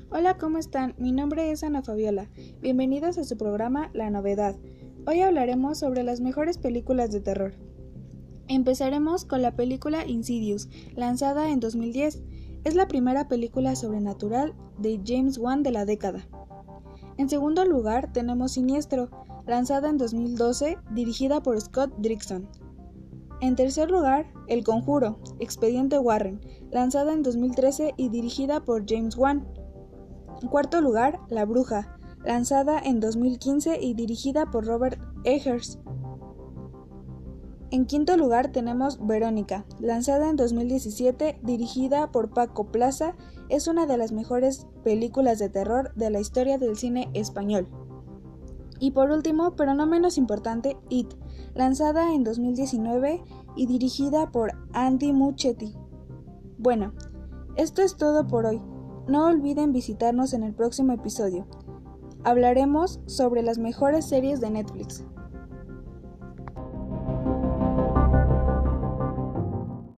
Hola, ¿cómo están? Mi nombre es Ana Fabiola. Bienvenidos a su programa La Novedad. Hoy hablaremos sobre las mejores películas de terror. Empezaremos con la película Insidious, lanzada en 2010. Es la primera película sobrenatural de James Wan de la década. En segundo lugar tenemos Siniestro, lanzada en 2012, dirigida por Scott Derrickson. En tercer lugar, El Conjuro, Expediente Warren, lanzada en 2013 y dirigida por James Wan. En cuarto lugar, La Bruja, lanzada en 2015 y dirigida por Robert Eggers. En quinto lugar tenemos Verónica, lanzada en 2017, dirigida por Paco Plaza. Es una de las mejores películas de terror de la historia del cine español. Y por último, pero no menos importante, It, lanzada en 2019 y dirigida por Andy Muschietti. Bueno, esto es todo por hoy. No olviden visitarnos en el próximo episodio. Hablaremos sobre las mejores series de Netflix.